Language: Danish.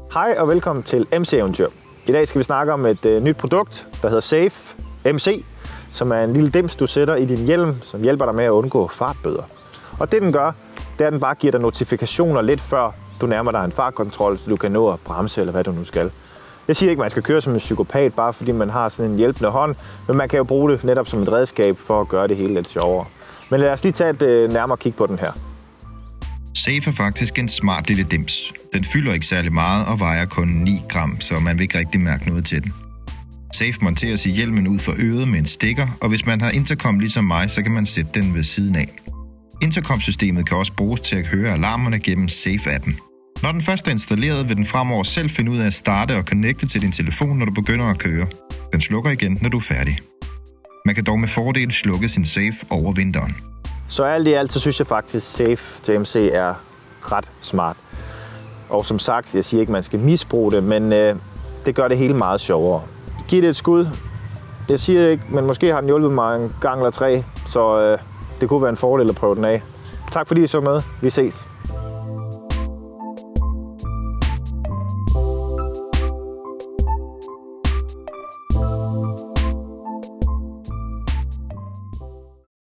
Hej og velkommen til MC-eventyr. I dag skal vi snakke om et nyt produkt, der hedder Safe MC, som er en lille dims, du sætter i din hjelm, som hjælper dig med at undgå fartbøder. Og det den gør, det er, at den bare giver dig notifikationer lidt før du nærmer dig en fartkontrol, så du kan nå at bremse eller hvad du nu skal. Jeg siger ikke, at man skal køre som en psykopat, bare fordi man har sådan en hjælpende hånd, men man kan jo bruge det netop som et redskab for at gøre det hele lidt sjovere. Men lad os lige tage et nærmere kig på den her. Safe er faktisk en smart lille dims. Den fylder ikke særlig meget og vejer kun 9 gram, så man vil ikke rigtig mærke noget til den. Safe monteres i hjelmen ud for øret med en stikker, og hvis man har intercom ligesom mig, så kan man sætte den ved siden af. Intercom-systemet kan også bruges til at høre alarmerne gennem Safe-appen. Når den først er installeret, vil den fremover selv finde ud af at starte og connecte til din telefon, når du begynder at køre. Den slukker igen, når du er færdig. Man kan dog med fordel slukke sin Safe over vinteren. Så alt i alt, så synes jeg faktisk, Safe til MC er ret smart. Og som sagt, jeg siger ikke, man skal misbruge det, men det gør det hele meget sjovere. Giv det et skud. Jeg siger ikke, men måske har den hjulpet mig en gang eller 3, så det kunne være en fordel at prøve den af. Tak fordi I så med. Vi ses.